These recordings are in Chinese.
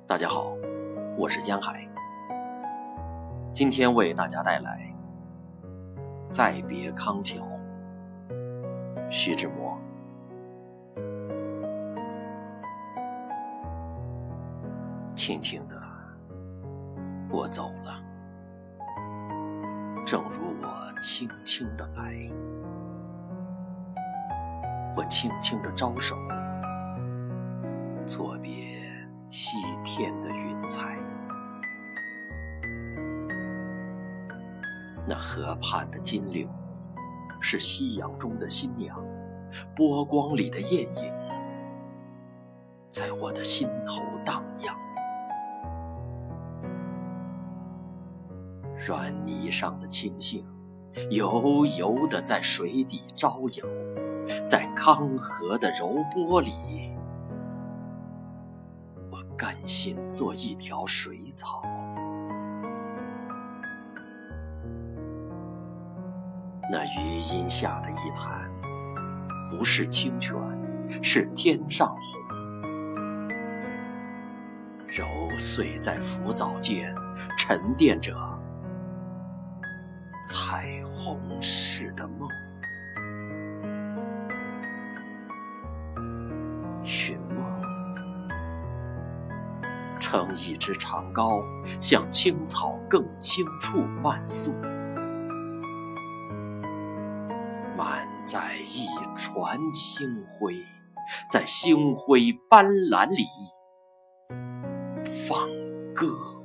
大家好，我是江海，今天为大家带来《再别康桥》，徐志摩。轻轻的，我走了，正如我轻轻的来。我轻轻的招手，错别西天的云彩。那河畔的金柳，是夕阳中的新娘，波光里的艳影，在我的心头荡漾。软泥上的青荇，悠悠地在水底招摇，在康河的柔波里，我甘心做一条水草。那余荫下的一潭，不是清泉，是天上虹，揉碎在浮藻间，沉淀着彩虹似的梦。寻梦，撑一支长篙，向青草更青处漫溯，满载一船星辉，在星辉斑斓里放歌。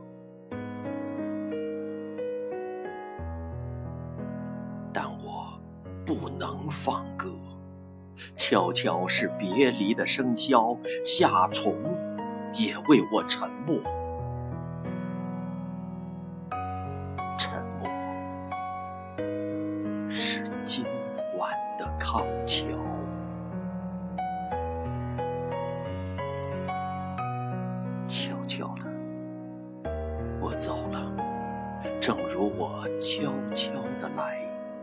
但我不能放歌，悄悄是别离的笙箫，夏虫也为我沉默。沉默是今晚的康桥。悄悄的，我走了，正如我悄悄的来。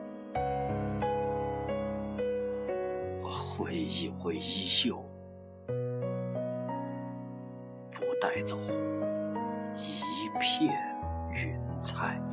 我挥一挥衣袖，不带走一片云彩。